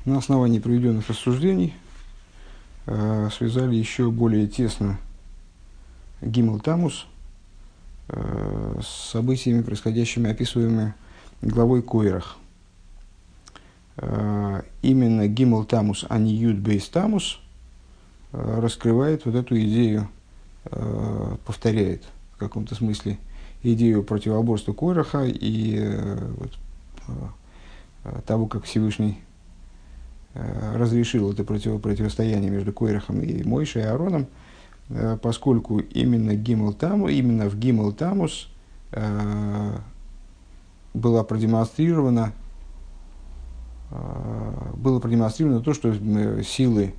На основании проведенных рассуждений связали еще более тесно Гимл Тамус с событиями, происходящими, описываемыми главой Койрах. Именно Гимл Тамус, а не Юд Бейс Тамус, раскрывает вот эту идею, повторяет в каком-то смысле идею противоборства Койраха и того, как Всевышний разрешил это противостояние между Койрахом и Мойшей и Аароном, поскольку именно в Гимл Тамус было продемонстрировано то, что силы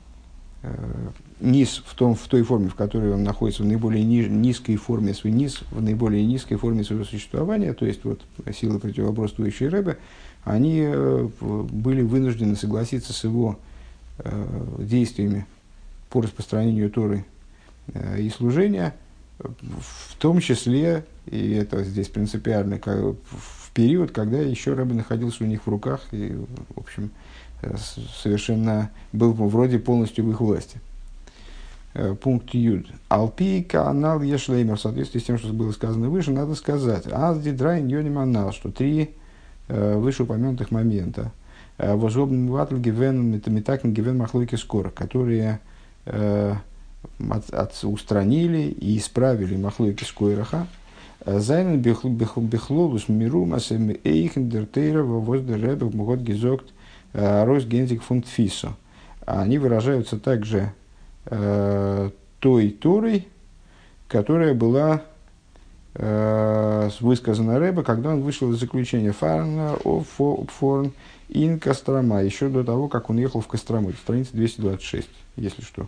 низ в той форме, в которой он находится в наиболее низкой форме своего существования, то есть вот силы, противоборствующие Ребе, они были вынуждены согласиться с его действиями по распространению Торы и служения, в том числе, и это здесь принципиально, в период, когда еще Ребе находился у них в руках и, в общем, совершенно был вроде полностью в их власти. Пункт Юд. Алпи канал Ешлеймер, в соответствии с тем, что было сказано выше, надо сказать. Азди драйн йониманал, что три вышеупомянутых момента. Возобн ватль гивен метамитакн гивен махлойки скоро, которые устранили и исправили махлойки скойраха. Зайнен бихлолус миру масэм эйхен дертейра воздер рэбэ мгот гизокт ройс гензик фунт фисо. Они выражаются также той Торой, которая была высказана Рэбе, когда он вышел из заключения Фарна Форн ин Кострома, еще до того, как он ехал в Кострому. Это страница 226, если что.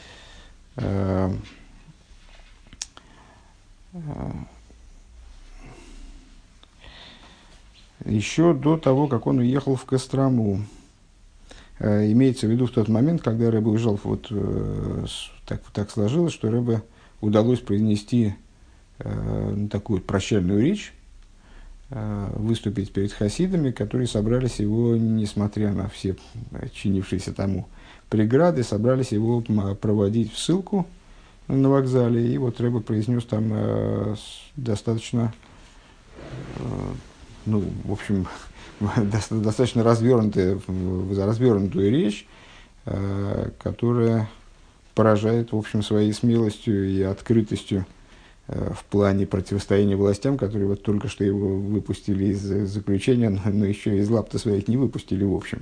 Еще до того, как он уехал в Кострому. Имеется в виду в тот момент, когда Рэбе уезжал, так сложилось, что Рэбе удалось произнести такую прощальную речь, выступить перед хасидами, которые собрались его, несмотря на все чинившиеся тому преграды, собрались его проводить в ссылку на вокзале. И вот Рэбе произнес там достаточно, в общем, достаточно развернутую речь, которая поражает, в общем, своей смелостью и открытостью в плане противостояния властям, которые вот только что его выпустили из заключения, но еще из лап-то своих не выпустили, в общем.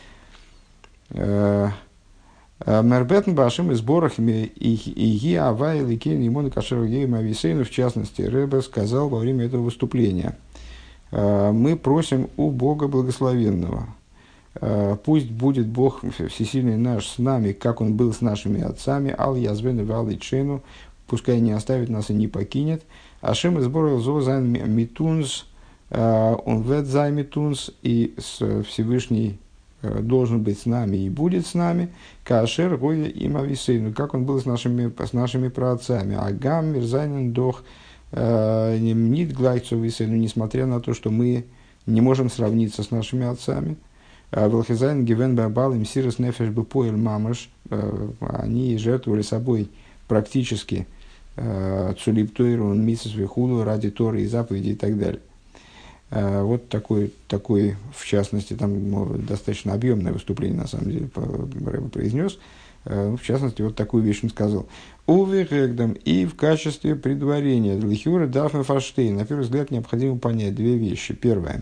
Мербетн башим из борахами и авай ликейн ему кашер гейм ависейну, в частности, Ребе сказал во время этого выступления: мы просим у Бога Благословенного, пусть будет Бог Всесильный наш с нами, как Он был с нашими отцами, ал язвен и вал ичену, пускай не оставит нас и не покинет. Ашем изборил зо зайн митунс, он вет зай митунс, и Всевышний должен быть с нами и будет с нами. Каашер гоя им ависейну, как он был с нашими праотцами. Агам мирзайнен дох нит глайцу висейну, несмотря на то, что мы не можем сравниться с нашими отцами. Велхизайн гивен бабал им сирос нефеш бепоэль мамаш, они жертвовали собой практически цулиптойру, миссис вихуду, ради Торы и заповедей и так далее. Вот такой, в частности, там достаточно объемное выступление, на самом деле, Рэбе произнес. В частности, вот такую вещь он сказал. Увергдам и в качестве предварения Лихюра Дафна Фаштейн. На первый взгляд, необходимо понять две вещи. Первое.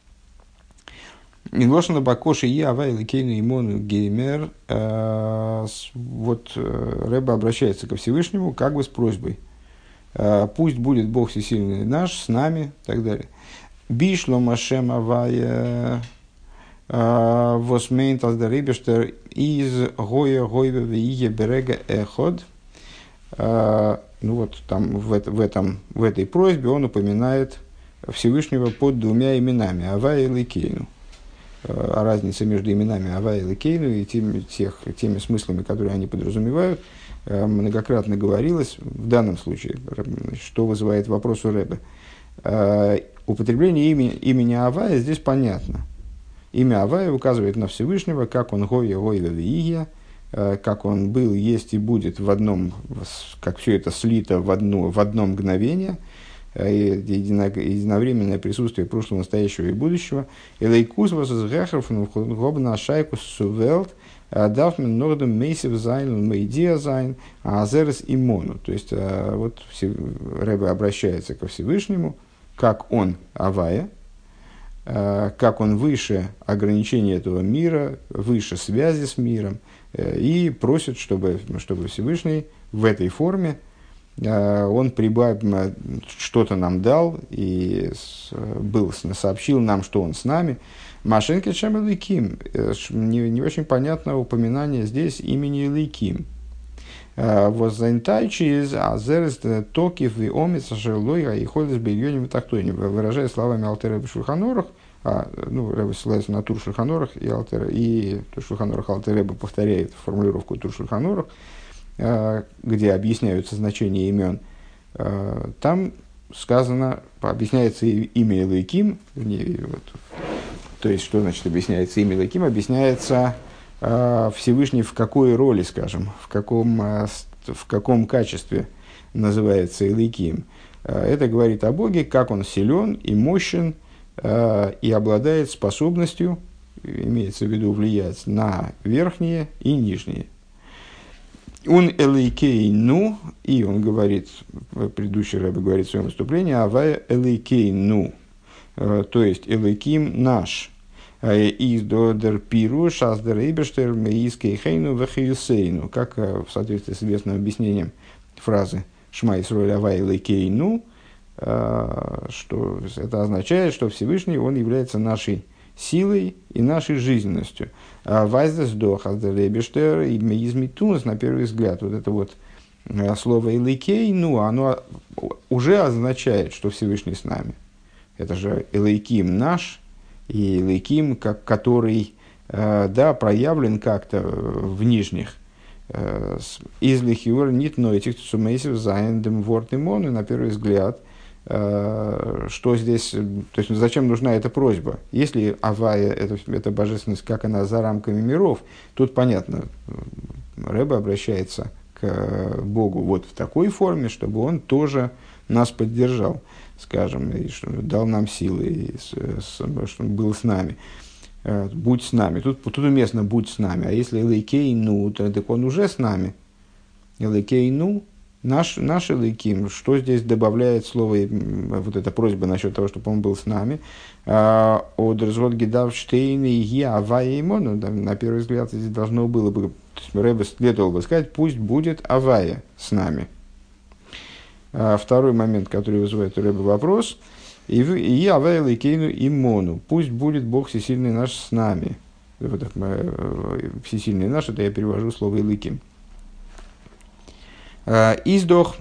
Милошина Бакоши и Авай Кейну Имону Геймер. Вот Рэбе обращается ко Всевышнему как бы с просьбой. Пусть будет Бог Всесильный наш, с нами, и так далее. Бишло Машем Авая Восмейн Таздарибештер из Гоя Гойве Вие Берега Эход. Ну вот там в этой просьбе он упоминает Всевышнего под двумя именами Авая и Кейну. О разнице между именами Авая и Кейну и теми смыслами, которые они подразумевают, многократно говорилось. В данном случае, что вызывает вопрос у Ребе. Употребление имени Авая здесь понятно. Имя Авая указывает на Всевышнего, как он Гоя, Гойва, Виигия, как он был, есть и будет в одном, как все это слито в одно мгновение, единовременное присутствие прошлого, настоящего и будущего. Элейкус возгахров гобна шайкус сувелт дафмен нордем мейсив зайн мейдия зайн азерес имону. То есть вот Ребе обращается ко Всевышнему, как он Авая, как он выше ограничения этого мира, выше связи с миром, и просит, чтобы Всевышний в этой форме он что-то нам дал и сообщил нам, что он с нами. Машенька Шем Элейким. Не очень понятно упоминание здесь имени Элейким. Воззайнтайчи из азерес токив и омис шерлойга и ходис бельоним и тахтойним. Выражая словами Алтера Шульхан Орух, Ребе ссылается на Тур Шульхан Орух, и Тур Шульхан Орух Алтер Ребе повторяет формулировку Тур Шульхан Орух, где объясняются значения имен. Там сказано, объясняется имя Элейким, то есть, что значит объясняется имя Элейким? Объясняется Всевышний в какой роли, скажем, в каком качестве называется Элейким. Это говорит о Боге, как он силен и мощен, и обладает способностью, имеется в виду, влиять на верхние и нижние. Он Элейкейну, и он говорит, предыдущий Ребе говорит в своем выступлении, Авая Элейкейну, то есть Элейким наш. Из додер пиру шаздер эйбештер меискей хейну вехиюсейну, как в соответствии с известным объяснением фразы Шма Исроэль Авай Элейкейну, что это означает, что Всевышний, он является нашей силой и нашей жизненностью. Вайздес до хаздер эйбештер и меизмитунс, на первый взгляд, вот это вот слово Элейкейну, оно уже означает, что Всевышний с нами. Это же Элейким наш, и Элейким, который проявлен как-то в нижних. Из лихиур нит нойтих цумейсив зайндем ворт имон, и на первый взгляд, что здесь, то есть зачем нужна эта просьба? Если Авая, это божественность, как она за рамками миров, тут понятно, Ребе обращается к Богу вот в такой форме, чтобы он тоже нас поддержал, скажем, и дал нам силы, и чтобы он был с нами. Будь с нами. Тут уместно «будь с нами». А если Элейкейну, так он уже с нами. Элейкейну, наш Элейким, что здесь добавляет слово, вот эта просьба насчет того, чтобы он был с нами. Одерзвод гидав штейн и я авая имону. На первый взгляд здесь должно было бы, Ребе следовало бы сказать, пусть будет Авая с нами. Второй момент, который вызывает у Ребе вопрос. И Авая Элейкейну имону. Пусть будет Бог всесильный наш с нами. Всесильный наш, это я перевожу слово Элейким. Издох,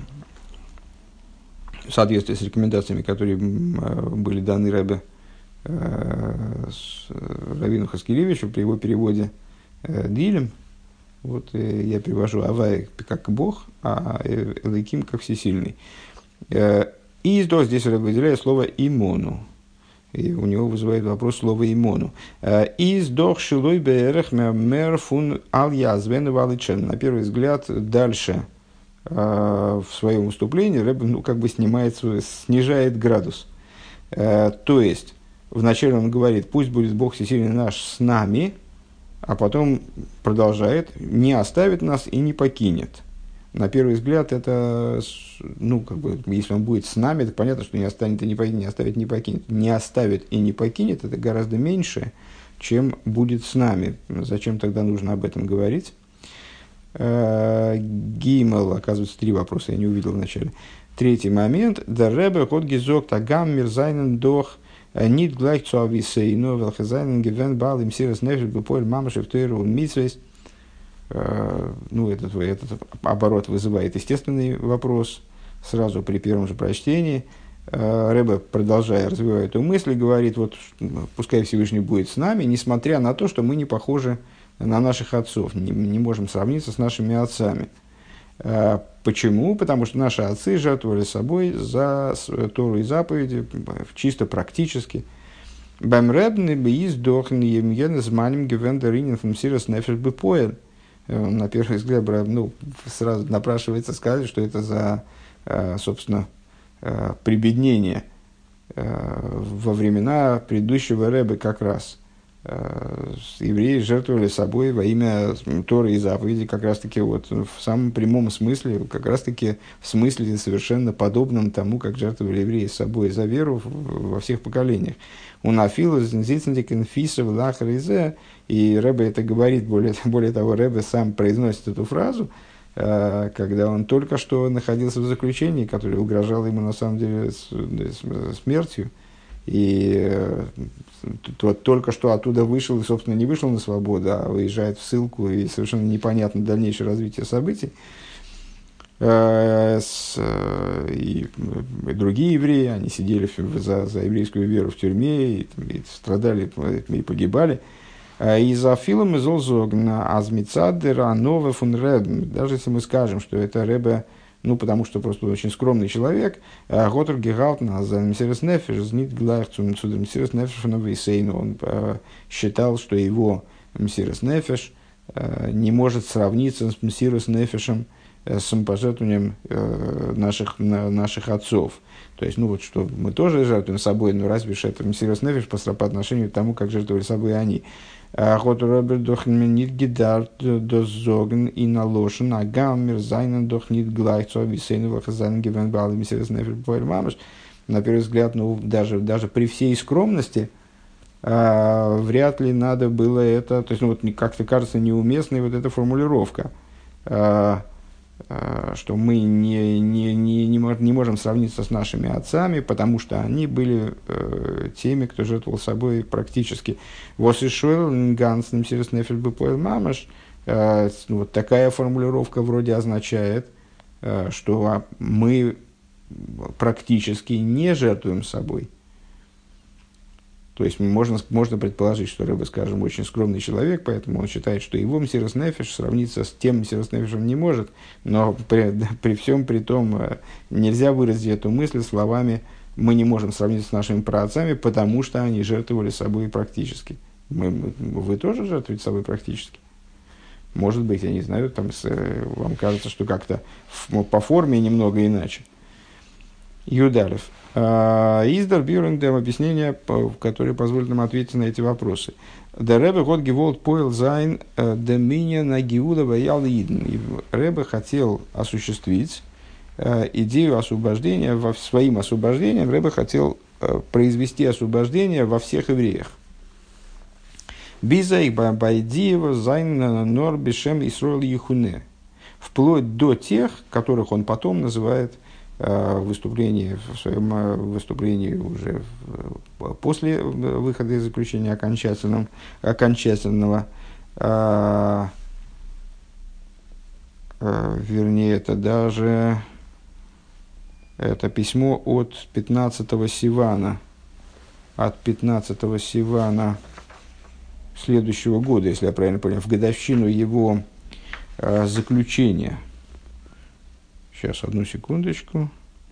в соответствии с рекомендациями, которые были даны Ребе Равину Хаскелевичу при его переводе Дилем, вот я перевожу Авай как Бог, а Элейким как всесильный. Издох здесь Ребе выделяет слово имону. И у него вызывает вопрос слово имону. Издох шилой беэрех мер фун ал язвен валичен. На первый взгляд, дальше в своем выступлении Ребе снижает градус. То есть, вначале он говорит, пусть будет Бог всесильный наш с нами, а потом продолжает, не оставит нас и не покинет. На первый взгляд, это, если он будет с нами, то понятно, что не оставит и не покинет. Не оставит и не покинет, это гораздо меньше, чем будет с нами. Зачем тогда нужно об этом говорить? Гимел, оказывается, 3 вопроса, я не увидел вначале. Третий момент. Да Ребе ход гизок тагам мирзайнен дох нит глайк цу ависейну велхазайнен гивен бал им сирас нефиш бепоэль мамашев тойру ун митсвейс. Этот оборот вызывает естественный вопрос сразу при первом же прочтении. Ребе, продолжая развивать эту мысль, говорит, вот пускай Всевышний будет с нами, несмотря на то, что мы не похожи на наших отцов, не можем сравниться с нашими отцами. Почему? Потому что наши отцы жертвовали собой за Тору и заповеди, чисто практически. Beim Rebне бейс дохн емген с маним гевендеринен функсирос нефеш бепоэль. На первый взгляд, ну, сразу напрашивается сказать, что это за, собственно, прибеднение во времена предыдущего Ребе как раз. Евреи жертвовали собой во имя Торы и заповеди, как раз таки вот в самом прямом смысле, как раз таки в смысле совершенно подобном тому, как жертвовали евреи собой за веру во всех поколениях. У Нафила зицендикен фисов лахризе, и Ребе это говорит, более того, Ребе сам произносит эту фразу, когда он только что находился в заключении, которое угрожало ему на самом деле смертью. И тот только что оттуда вышел, и, собственно, не вышел на свободу, а выезжает в ссылку, и совершенно непонятно дальнейшее развитие событий. И другие евреи, они сидели за еврейскую веру в тюрьме, и страдали, и погибали. И за филом из Олзогна Азмицадера Нове фун Ребе, даже если мы скажем, что это Ребе, ну, потому что просто очень скромный человек, Готер Гегалтна за Мсирос Нефеш, знит глайх цу Мсирос Нефеш Новейсейну, он считал, что его Мсирос Нефеш не может сравниться с Мсирос Нефешем, с самопожертвованием наших отцов. То есть, ну вот, что мы тоже жертвуем собой, но разве же это Мсирос Нефеш по отношению к тому, как жертвовали собой они. Гот Роберт дох нит гидарт до зогн и наложен, а гаммер зайнен дох нит глайх цу ависейну вахазайн гивен бал Мсирос Нефеш поэль мамаш. На первый взгляд, ну, даже при всей скромности, вряд ли надо было это, то есть, ну, вот, как-то кажется неуместной вот эта формулировка, что мы не можем сравниться с нашими отцами, потому что они были теми, кто жертвовал собой практически. Вот такая формулировка вроде означает, что мы практически не жертвуем собой. То есть можно предположить, что Ребе, скажем, очень скромный человек, поэтому он считает, что его Мсирос Нефеш сравниться с тем Мсирос Нефешем не может, но при всем при том нельзя выразить эту мысль словами «мы не можем сравниться с нашими праотцами, потому что они жертвовали собой практически». Вы тоже жертвуете собой практически? Может быть, я не знаю, там, вам кажется, что как-то по форме немного иначе. Юдалев. Издер Бюрендем объяснение, которое позволит нам ответить на эти вопросы. Да Ребе год геволт поэл зайн доминия на гиуда ваял иден. Ребе хотел осуществить идею освобождения, своим освобождением Ребе хотел произвести освобождение во всех евреях. Биза их байдиева зайн нор бешем Исроэл Ехуне. Вплоть до тех, которых он потом называет в своем выступлении уже после выхода из заключения окончательного, вернее, это письмо от 15-го Сивана, следующего года, если я правильно понял, в годовщину его заключения. Сейчас, одну секундочку.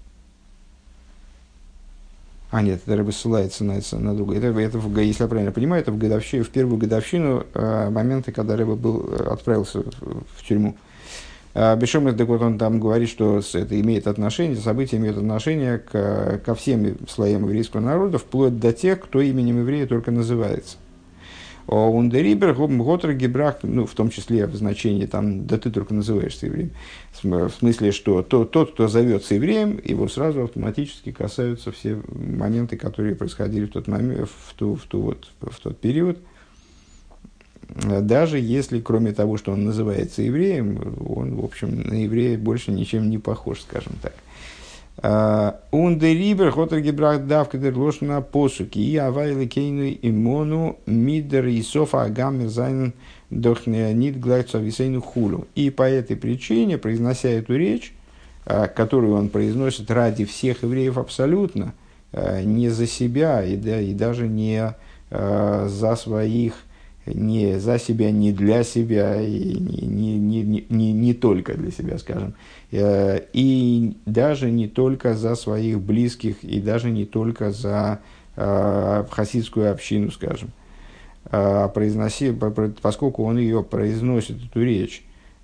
Нет, это Ребе ссылается на другое. Это, если я правильно понимаю, это в первую годовщину момента, когда Ребе отправился в тюрьму. Бешем, так вот, он там говорит, что это имеет отношение, события имеют отношение ко всем слоям еврейского народа, вплоть до тех, кто именем еврея только называется. Ундерибер, Готер Гебрах, ну, в том числе в значении, там, да ты только называешься евреем. В смысле, что тот, кто зовется евреем, его сразу автоматически касаются все моменты, которые происходили в тот момент, в тот период. Даже если, кроме того, что он называется евреем, он, в общем, на еврея больше ничем не похож, скажем так. Ундерибер Готер Гебрах давкадер лошна посуки и авайлы кейну имону мидер и софа агамер зайн дохнеонит глайцу ависейну хулу. И по этой причине, произнося эту речь, которую он произносит ради всех евреев абсолютно, не за себя и даже не за своих, не за себя, не для себя, и не только для себя, скажем, и даже не только за своих близких, и даже не только за хасидскую общину, скажем, поскольку он ее произносит, эту речь,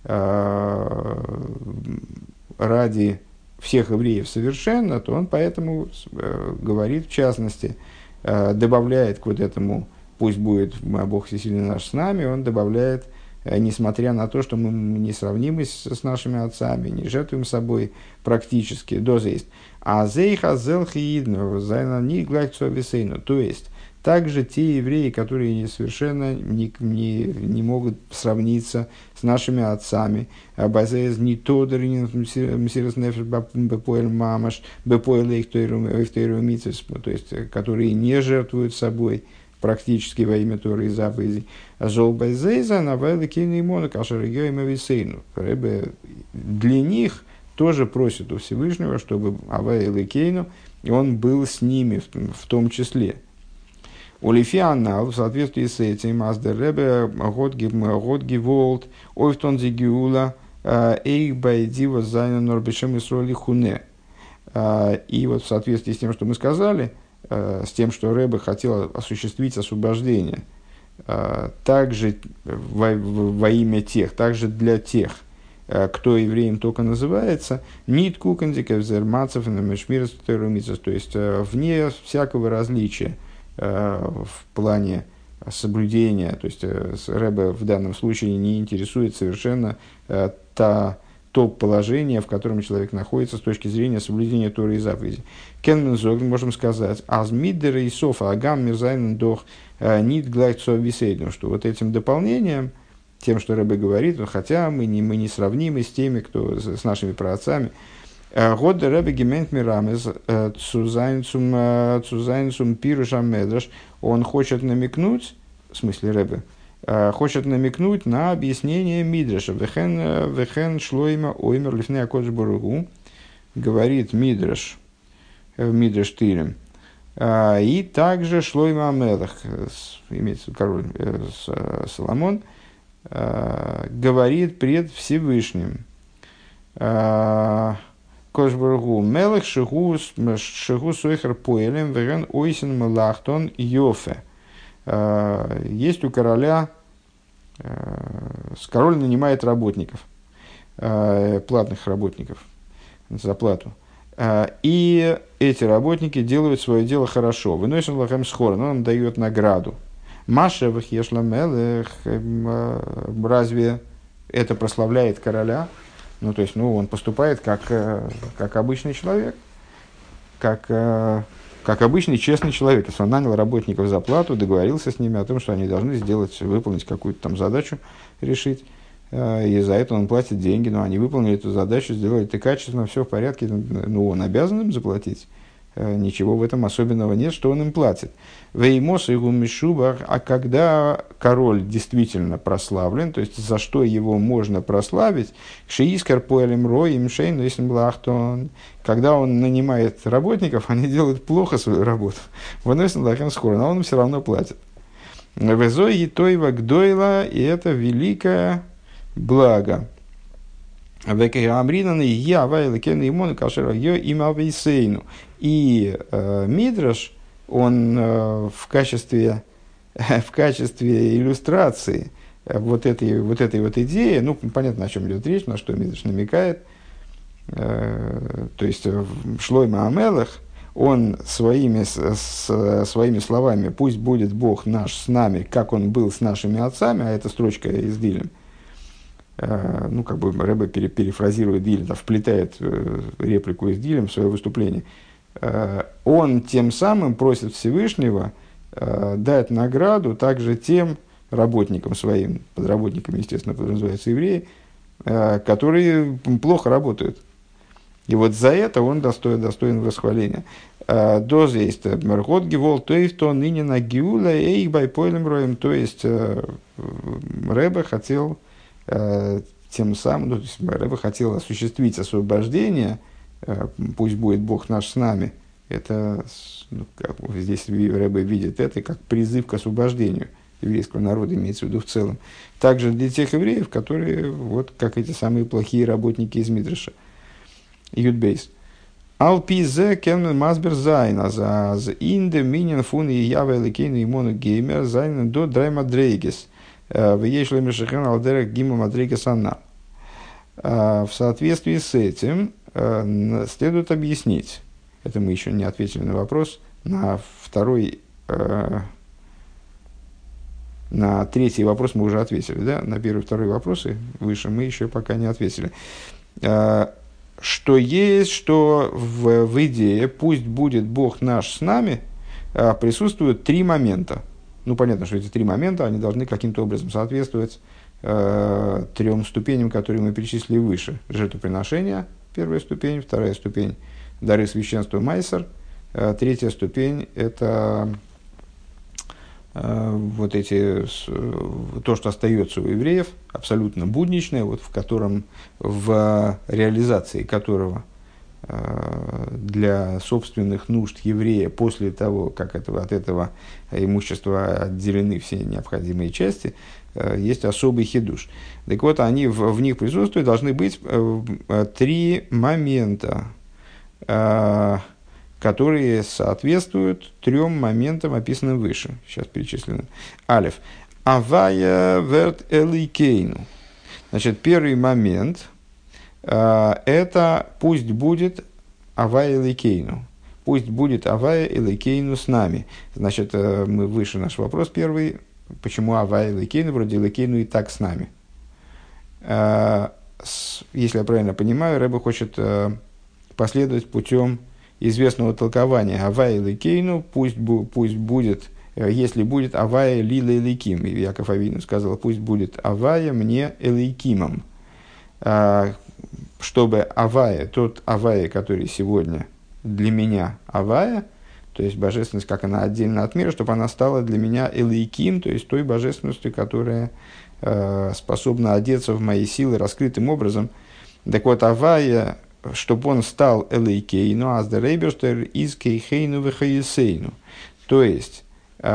ради всех евреев совершенно, то он поэтому говорит, в частности, добавляет к вот этому «пусть будет Бог всесильный наш с нами», он добавляет, несмотря на то, что мы не сравнимы с нашими отцами, не жертвуем собой практически, дозеист. А зейха зелхиидну, зайна ни глайцу висейну. То есть, также те евреи, которые совершенно не могут сравниться с нашими отцами, базеяз не тодорин, мсирос нефеш бепоэль мамаш, бепоэль эйхтойру митцвес, то есть, которые не жертвуют собой практически во имя Торы и заповедей. Жол базейза навайла кейна имона кашер йоима висейну. Для них тоже просит у Всевышнего, чтобы Авайл и Кейну, и он был с ними в том числе. Улифианал, в соответствии с этим, Аздер Ребе, Годги Волт, Ойфтон Зигиула, Эйх Байдива Зайна Норбешем Исроли Хуне. И вот в соответствии с тем, что мы сказали, с тем, что Ребе хотел осуществить освобождение, также во имя тех, также для тех, кто евреем только называется, нит кукандиков зермацев и намешмирс терумицес, то есть вне всякого различия в плане соблюдения, то есть Ребе в данном случае не интересует совершенно то положение, в котором человек находится с точки зрения соблюдения Торы и заповедей. Кенмензог, можем сказать, азмиддер и софа агам мирзайнен дох нит глайцо висейдну, что вот этим дополнением, тем, что Ребе говорит, хотя мы не сравнимы с теми, кто с нашими праотцами, год Ребе гемент мирамез цузайнцум пирушам медраш, он хочет намекнуть, в смысле Ребе, хочет намекнуть на объяснение Мидраша. Вехен шлойма оймер лифней акодж баругу, говорит Мидраш, Мидраш Тирем. И также шлойма амелах, имеется король Соломон, говорит пред Всевышним. Кодж баругу мелах шигу сойхер поэлем вехен ойсен мелахтон йофе. Есть у короля, король нанимает работников, платных работников за плату. И эти работники делают свое дело хорошо. Выносим лахем схорн, он им дает награду. Маша вахешламелех, разве это прославляет короля? Ну, то есть, он поступает как обычный человек, как обычный честный человек. Если он нанял работников за плату, договорился с ними о том, что они должны выполнить какую-то там задачу, решить, и за это он платит деньги, но они выполнили эту задачу, сделали это качественно, все в порядке, он обязан им заплатить. Ничего в этом особенного нет, что он им платит. Веймос и гумишубах, а когда король действительно прославлен, то есть за что его можно прославить, шиискар поэлем рой им шейн, если блахтон, когда он нанимает работников, они делают плохо свою работу. Выносит лахем скоро, но он им все равно платит. Везой и тойва гдойла, и это великое благо. И Мидраш, он в качестве иллюстрации вот этой идеи, понятно, о чем идет речь, на что Мидраш намекает, то есть Шлойма Амелех, он своими словами «пусть будет Бог наш с нами, как он был с нашими отцами», а это строчка из Дилем, Ребе перефразирует Дилем, вплетает реплику из Дилем в свое выступление. Он тем самым просит Всевышнего дать награду также тем работникам своим, подработникам, естественно, подразумеваются евреи, которые плохо работают. И вот за это он достоин восхваления. Доз есть Мерхот Гивол, то есть то ныне на Гиула, и байпойлем роем, то есть Ребе хотел тем самым, Ребе хотел осуществить освобождение, пусть будет Бог наш с нами. Это, здесь Ребе видит это как призыв к освобождению еврейского народа, имеется в виду в целом. Также для тех евреев, которые, как эти самые плохие работники из Мидраша. Юдбейс. Алпизе кенмен масбер зайн, аз инде минен фун и ява элекейну имону геймер зайн до драйма дрейгес. В ешле мешахен алдерах гима мадрейгес анна. В соответствии с этим следует объяснить, это мы еще не ответили на вопрос, на третий вопрос мы уже ответили, да? На первый и второй вопросы выше мы еще пока не ответили. Что есть, что в идее «пусть будет Бог наш с нами» присутствуют три момента. Ну, понятно, что эти три момента, они должны каким-то образом соответствовать трем ступеням, которые мы перечислили выше. Жертвоприношение, первая ступень, вторая ступень – дары священства майсер, третья ступень – это вот эти, то, что остается у евреев, абсолютно будничное, вот в реализации которого для собственных нужд еврея после того, как от этого имущества отделены все необходимые части, есть особый хидуш. Так вот, они в них присутствуют, должны быть три момента, которые соответствуют трем моментам, описанным выше. Сейчас перечислены. Алеф. Авая верт эликейну. Значит, первый момент это пусть будет авая эликейну. Пусть будет авая эликейну с нами. Значит, мы выше наш вопрос первый. Почему авая эликейну? Вроде эликейну и так с нами. Если я правильно понимаю, Рэбе хочет последовать путем известного толкования Авая Эликейну, пусть будет, если будет Авая Лила Эликим. И Яков Авину сказал, пусть будет Авая мне Эликимом. Чтобы Авая, тот Авая, который сегодня для меня Авая, то есть божественность, как она отдельно от мира, чтобы она стала для меня Эликим, то есть той божественностью, которая способна одеться в мои силы раскрытым образом. Так вот, Авая, чтобы он стал Элейкейну, аз де рейберштер из кейхейну вехаесейну. То есть,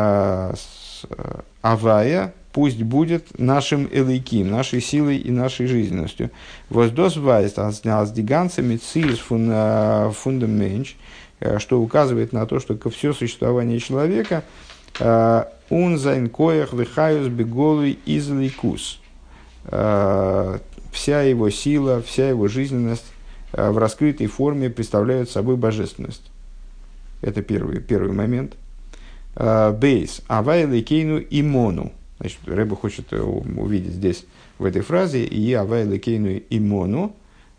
Авая пусть будет нашим Элейким, нашей силой и нашей жизненностью. Воздос вайст аз диганцами цис фундаментш, что указывает на то, что все существование человека он зайн коях вехаюс беголый из лейкус. Вся его сила, вся его жизненность в раскрытой форме представляют собой божественность. Это первый момент. Бейс. Авай лекейну имону. Значит, Рэбе хочет увидеть здесь, в этой фразе, и авай лекейну имону,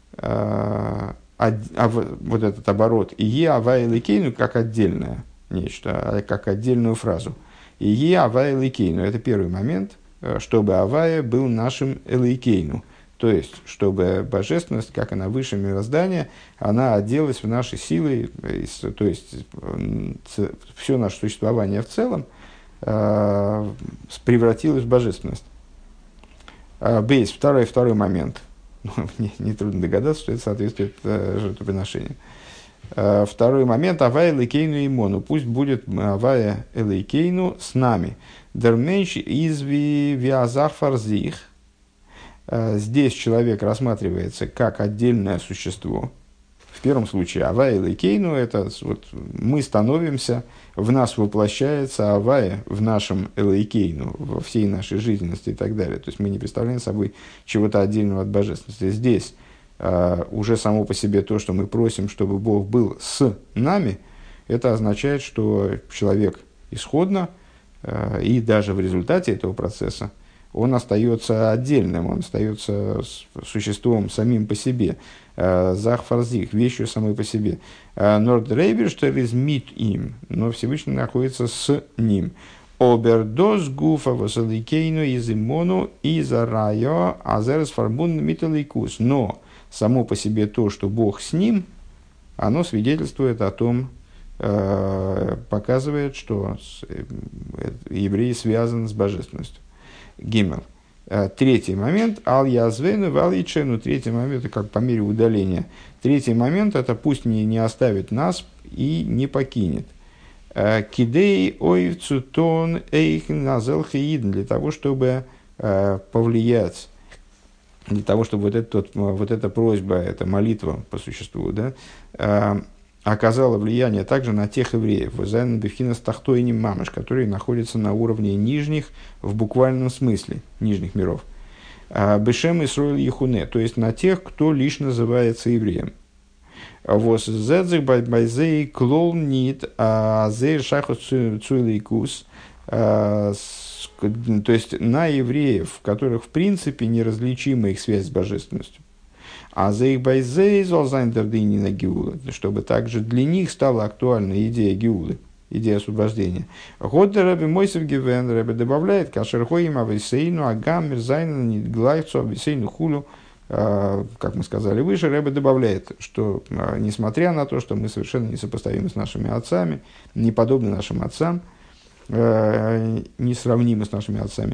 вот этот оборот, и авай лекейну как отдельное нечто, как отдельную фразу. И авай лекейну. Это первый момент, чтобы авая был нашим элейкейну. То есть, чтобы божественность, как она выше мироздания, она оделась в наши силы, то есть, все наше существование в целом превратилось в божественность. Бейс, второй момент. Нетрудно догадаться, что это соответствует жертвоприношению. Второй момент. Авая элейкейну имону. Пусть будет авая элейкейну с нами. Дерменш изви виазах фарзих. Здесь человек рассматривается как отдельное существо. В первом случае Авая Элейкейну – это вот, мы становимся, в нас воплощается Авая в нашем Элейкейну, во всей нашей жизненности и так далее. То есть мы не представляем собой чего-то отдельного от божественности. Здесь уже само по себе то, что мы просим, чтобы Бог был с нами, это означает, что человек исходно и даже в результате этого процесса он остается отдельным, он остается существом самим по себе, захфарзих, вещью самой по себе. Нордрейберштер из мит им, но Всевышний находится с ним. Обердос гуфа васаликейну из имону из арайо азерс фарбун миталикус. Но само по себе то, что Бог с ним, оно свидетельствует о том, показывает, что еврей связан с божественностью. Гимел. Третий момент. Ал-язвену вал-ичену. Третий момент, это как по мере удаления. Третий момент, это пусть не оставит нас и не покинет. Кидей ойвцутон эйх назел хиидн. Для того, чтобы повлиять для того, чтобы вот эта просьба, эта молитва по существу, да, оказала влияние также на тех евреев, которые находятся на уровне нижних, в буквальном смысле, нижних миров. Бешем Исроэль Ехуне, то есть на тех, кто лишь называется евреем. Вос зедзих байзей клол нит азей шаху цуэлейкус, то есть на евреев, в которых в принципе неразличима их связь с божественностью. А за их байзей золзайндердыни на геулы, чтобы также для них стала актуальна идея геулы, идея освобождения. Годда Ребе Мойсев Гивен Ребе добавляет кашерхоим ависейну агам мирзайна нидглайцу ависейну хулю. Как мы сказали выше, Ребе добавляет, что несмотря на то, что мы совершенно несопоставимы с нашими отцами, не подобны нашим отцам, несравнимы с нашими отцами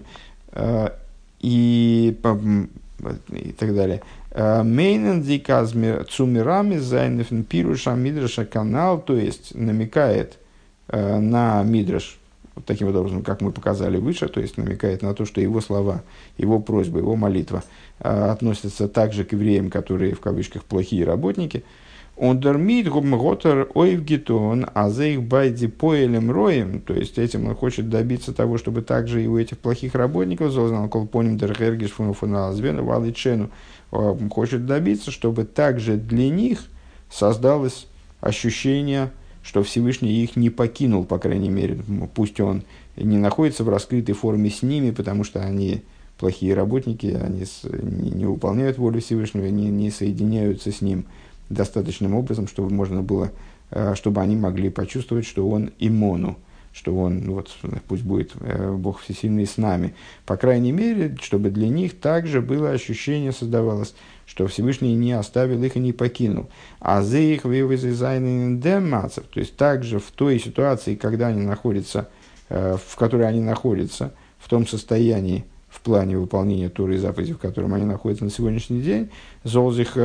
и так далее. Мейнен диказмир цумирами зайнефен пируша мидраша канал, то есть намекает на мидраш, вот таким вот образом, как мы показали выше, то есть намекает на то, что его слова, его просьба, его молитва относятся также к евреям, которые в кавычках плохие работники. Он дермит гумготер ойвгитон, а за их байди поэлем роем, то есть этим он хочет добиться того, чтобы также и у этих плохих работников, зознал колпоним дерхергиш фунафуналзвену валичену, хочет добиться, чтобы также для них создалось ощущение, что Всевышний их не покинул, по крайней мере, пусть он не находится в раскрытой форме с ними, потому что они плохие работники, они не выполняют волю Всевышнего, не соединяются с ним достаточным образом, чтобы можно было, чтобы они могли почувствовать, что он имону, что он, вот, пусть будет Бог Всесильный с нами. По крайней мере, чтобы для них также было ощущение, создавалось, что Всевышний не оставил их и не покинул. А за их демацев, то есть также в той ситуации, когда они находятся, в которой они находятся, в том состоянии, в плане выполнения Торы и заповедей, в котором они находятся на сегодняшний день, золзих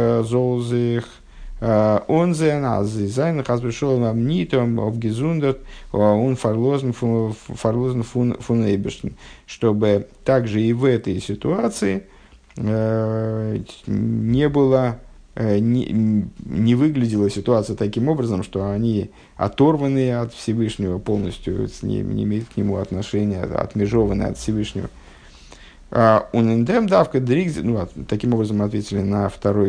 он зайн хазбешол амнитом обгезундert он фарлозен фун эйбешн, чтобы также и в этой ситуации не выглядела ситуация таким образом, что они оторваны от Всевышнего полностью, не имеют к нему отношения, отмежованы от Всевышнего. Таким образом мы ответили на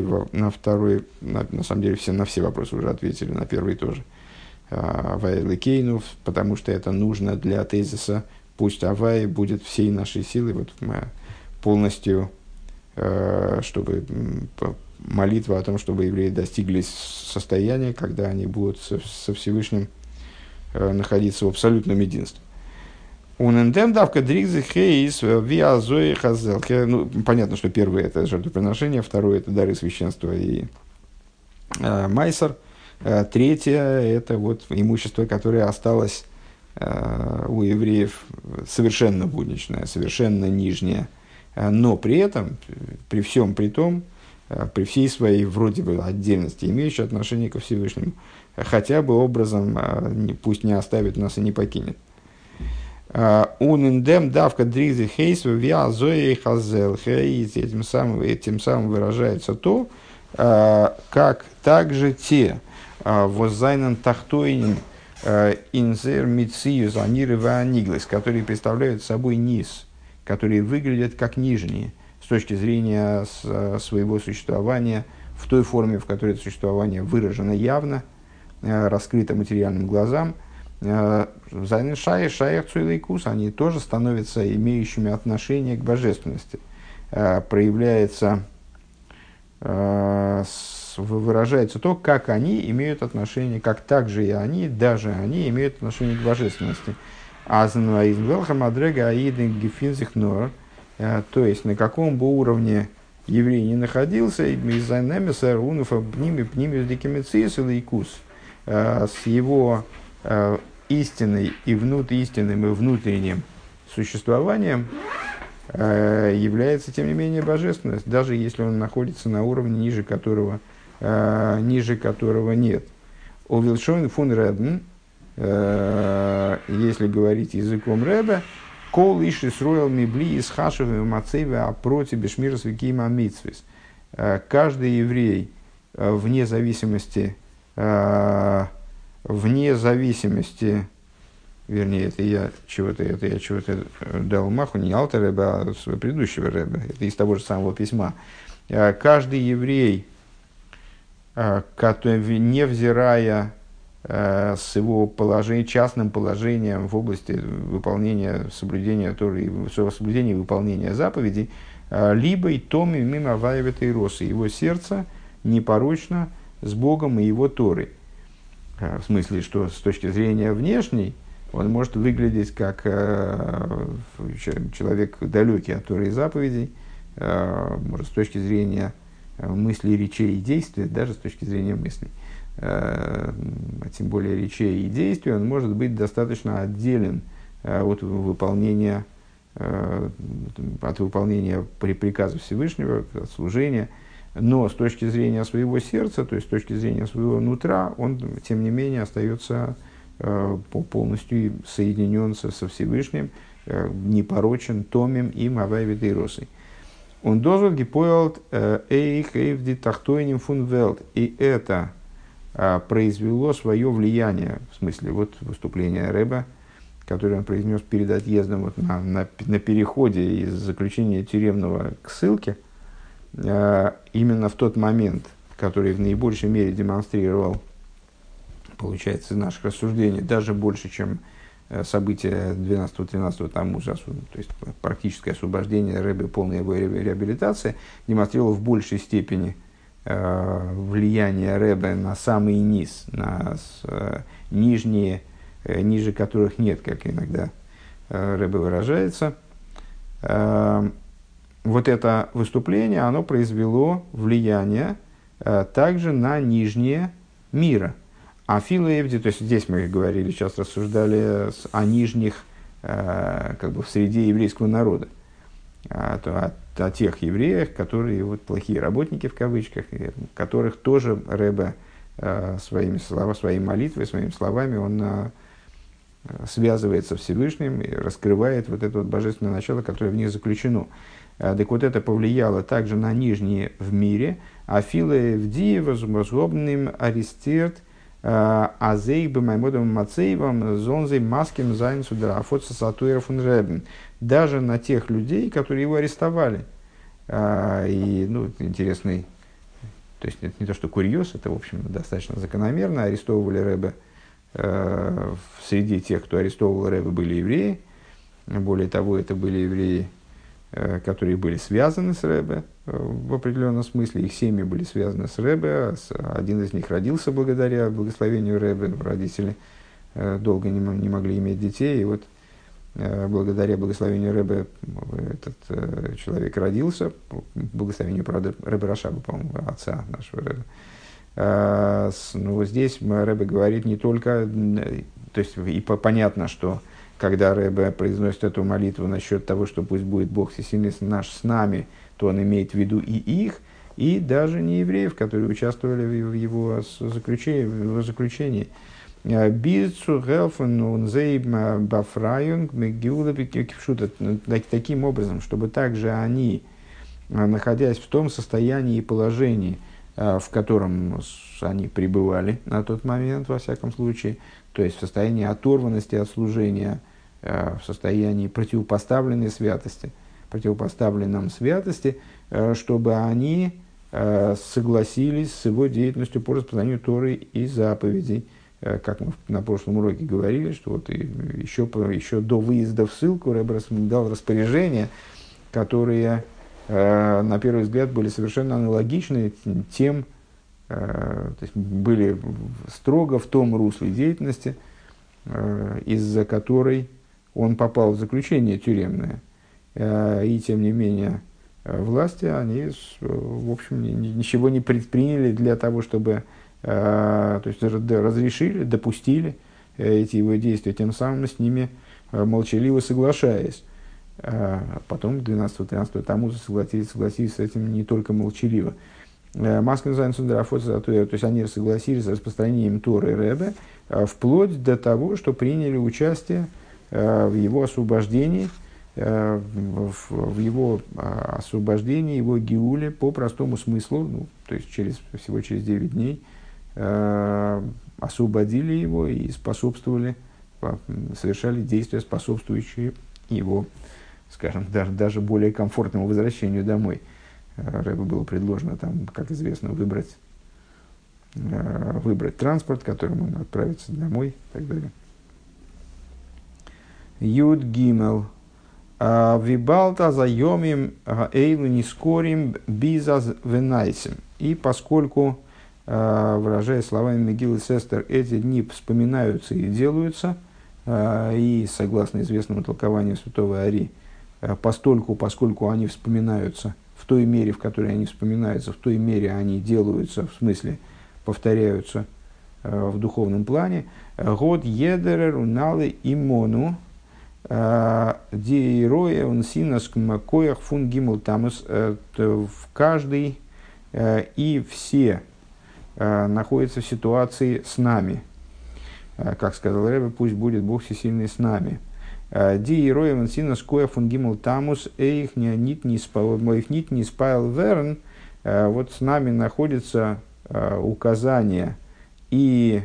самом деле на все вопросы уже ответили, на первый тоже. Авай Кейну, потому что это нужно для тезиса «Пусть Авай будет всей нашей силой», вот мы полностью, чтобы молитва о том, чтобы евреи достигли состояния, когда они будут со Всевышним находиться в абсолютном единстве. Понятно, что первое это жертвоприношение, второе это дары священства и майсер, третье это вот имущество, которое осталось у евреев совершенно будничное, совершенно нижнее, но при этом, при всем при том, при всей своей вроде бы отдельности, имеющей отношение ко Всевышнему, хотя бы образом, пусть не оставит нас и не покинет. Униндем давка дризи хейс виазои хазел хейс, этим самым выражается то, как также те воззайнен тахтойнин инзер мициюз аниры ваниглес, которые представляют собой низ, которые выглядят как нижние с точки зрения своего существования в той форме, в которой это существование выражено явно, раскрыто материальным глазам. Зайны шаях цуэлейкус, они тоже становятся имеющими отношение к божественности. Проявляется, выражается то, как они имеют отношение, как также и они, даже они имеют отношение к божественности. То есть, на каком бы уровне еврей не находился, с его истинной и истинным и внутренним существованием является, тем не менее, божественность, даже если он находится на уровне, ниже которого нет. Овилшойн фун Ребен, если говорить языком Ребе, Кол иш Исроэл мибли из хашевы мацевы а против бешмирс викима митсвис. Каждый еврей вне зависимости, вернее, это я чего-то дал маху, не Алтер Ребе, а своего предыдущего Ребе, это из того же самого письма. Каждый еврей, невзирая с его частным положением в области выполнения, соблюдения Торы, соблюдения и выполнения заповедей, либо и томи мимо аваевета и росы, его сердце непорочно с Богом и его Торой. В смысле, что с точки зрения внешней, он может выглядеть как человек далекий от Торы и заповедей, может, с точки зрения мыслей, речей и действий, даже с точки зрения мыслей, а тем более речей и действий, он может быть достаточно отделен от выполнения приказов Всевышнего, от служения, но с точки зрения своего сердца, то есть с точки зрения своего нутра, он, тем не менее, остается полностью соединен со Всевышним, непорочен, томим и мавайвит и росой. Он должен гипоэлт эйх эйвди тахтойним фун велт. И это произвело свое влияние, в смысле, вот выступление Ребе, которое он произнес перед отъездом вот на переходе из заключения тюремного к ссылке, именно в тот момент, который в наибольшей мере демонстрировал, получается, из наших рассуждений, даже больше, чем события 12-13 Таммуза, то есть практическое освобождение Ребе, полная его реабилитация, демонстрировал в большей степени влияние Ребе на самый низ, на нижние, ниже которых нет, как иногда Ребе выражается. Вот это выступление, оно произвело влияние также на нижние мира. А филоэвди, то есть здесь мы говорили, сейчас рассуждали о нижних, как бы в среде еврейского народа, о тех евреях, которые вот плохие работники в кавычках, которых тоже Ребе своей молитвой, своими словами, он связывает со Всевышним и раскрывает вот это вот божественное начало, которое в них заключено. Так вот это повлияло также на нижние в мире. А филоэвди возгобным аристирт азейх бы маймодом мацеевым зонзей маским зайнсу драфотса сатуэров фун Ребен. Даже на тех людей, которые его арестовали. И, интересный, то есть это не то, что курьез, это, в общем, достаточно закономерно. Арестовывали Ребе, среди тех, кто арестовывал Ребе, были евреи. Более того, это были евреи, которые были связаны с Ребе в определенном смысле. Их семьи были связаны с Ребе. Один из них родился благодаря благословению Ребе. Родители долго не могли иметь детей. И вот благодаря благословению Ребе этот человек родился. Благословению, правда, Ребе Рашаба, по-моему, отца нашего Ребе. Но здесь Ребе говорит не только... То есть и понятно, что когда Ребе произносит эту молитву насчет того, что пусть будет Бог всесильный наш с нами, то он имеет в виду и их, и даже не евреев, которые участвовали в его заключении. Таким образом, чтобы также они, находясь в том состоянии и положении, в котором они пребывали на тот момент, во всяком случае, то есть в состоянии оторванности от служения, в состоянии противопоставленной святости, противопоставленном святости, чтобы они согласились с его деятельностью по распространению Торы и заповедей. Как мы на прошлом уроке говорили, что вот еще до выезда в ссылку Ребе дал распоряжения, которые на первый взгляд были совершенно аналогичны тем, то есть были строго в том русле деятельности, из-за которой он попал в заключение тюремное. И тем не менее власти, они, в общем, ничего не предприняли для того, чтобы, то есть разрешили, допустили эти его действия, тем самым с ними молчаливо соглашаясь. Потом 12-13 Таммуза согласились с этим не только молчаливо. Маскин Зайнсун Драфотса, то есть они согласились с распространением Торы Ребе, вплоть до того, что приняли участие в его освобождении в его освобождении, его геуле по простому смыслу, ну, то есть всего через 9 дней, освободили его и способствовали, совершали действия, способствующие его, скажем, даже более комфортному возвращению домой. Рэбе было предложено, там, как известно, выбрать транспорт, которым он отправится домой и так далее. Юд Гимел. Вибалта заемим эйлу нискорим бизаз венайсим. И поскольку, выражая словами Мегиллы Сестер, эти дни вспоминаются и делаются, и согласно известному толкованию святого Ари, поскольку они вспоминаются в той мере, в которой они вспоминаются, в той мере они делаются, в смысле повторяются в духовном плане, год едерер уналы имону, диероя унсинас коях фун гимл тамус, в каждый и все находятся в ситуации с нами. Как сказал Ребе, пусть будет Бог всесильный с нами. Диероя унсинас коях фун гимл тамус эйх нит не спайл верн. Вот с нами находится указание и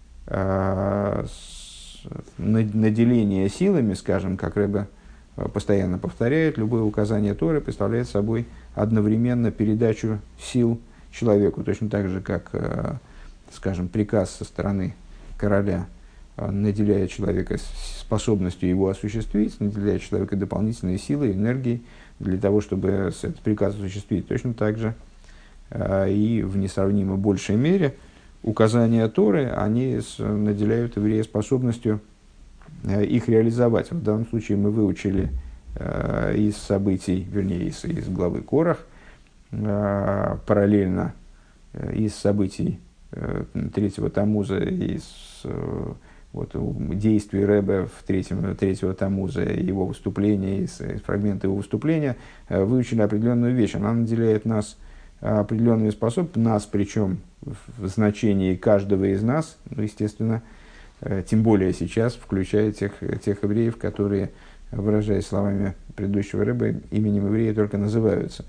наделение силами, скажем, как Ребе постоянно повторяет, любое указание Торы представляет собой одновременно передачу сил человеку, точно так же, как, скажем, приказ со стороны короля наделяет человека способностью его осуществить, наделяет человека дополнительной силой, энергией для того, чтобы этот приказ осуществить. Точно так же и в несравнимо большей мере указания Торы, они наделяют еврея способностью их реализовать. В данном случае мы выучили из событий, вернее, из главы Корах, параллельно из событий третьего Тамуза, из действий Ребе в третьего Тамуза, его выступления, из фрагмента его выступления, выучили определенную вещь. Она наделяет нас определенными способностями, нас причем в значении каждого из нас, ну, естественно, тем более сейчас, включая тех евреев, которые, выражаясь словами предыдущего Ребе, именем еврея только называются,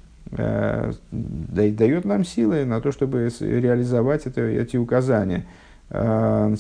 дает нам силы на то, чтобы реализовать эти указания. Что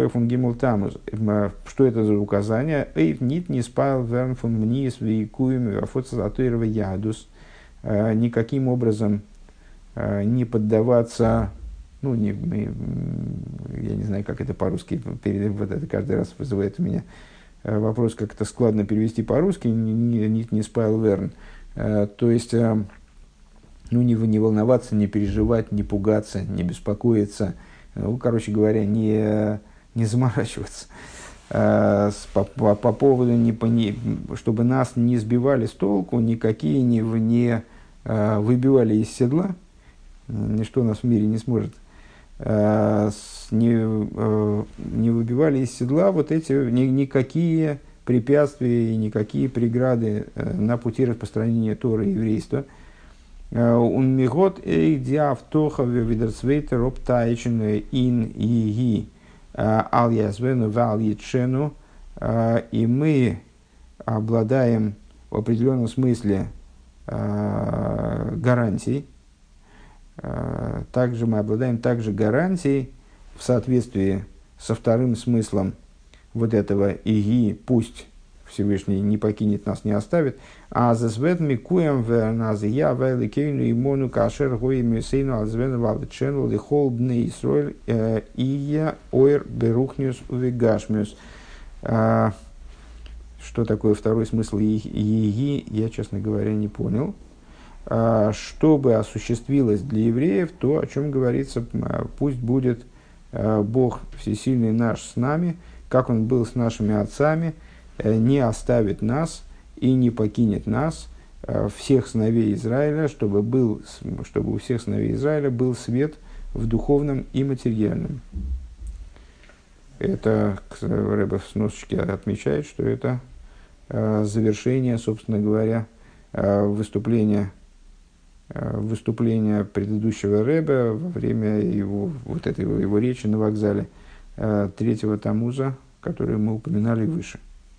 это за указания? Эйв нит не спал верн фон мнис вейкуем вафоцатуирова ядус. Никаким образом не поддаваться, ну, я не знаю, как это по-русски, вот это каждый раз вызывает у меня вопрос, как это складно перевести по-русски, не спайл верн. То есть, ну, не волноваться, не переживать, не пугаться, не беспокоиться, ну, короче говоря, не заморачиваться. По поводу, чтобы нас не сбивали с толку, никакие не выбивали из седла, ничто нас в мире не сможет, не выбивали из седла вот эти никакие препятствия и никакие преграды на пути распространения Торы и еврейства. Он мигот диавтоха видерцвейтер оптайчен ин иги ал язвену вал ячену, и мы обладаем в определенном смысле гарантией. Также мы обладаем также гарантией в соответствии со вторым смыслом вот этого иги, пусть Всевышний не покинет нас, не оставит. А зазвет микуем в назия великейну имону кашер гоими сейну азвену валчену лихол бне Исроэль ия ойр берухнюс увигашмюс. Что такое второй смысл иги, я, честно говоря, не понял. Чтобы осуществилось для евреев то, о чем говорится, пусть будет Бог всесильный наш с нами, как Он был с нашими отцами, не оставит нас и не покинет нас, всех сыновей Израиля, чтобы у всех сыновей Израиля был свет в духовном и материальном. Это Ребе в сносочке отмечает, что это завершение, собственно говоря, выступления предыдущего Ребе во время его речи на вокзале третьего Тамуза, который мы упоминали выше.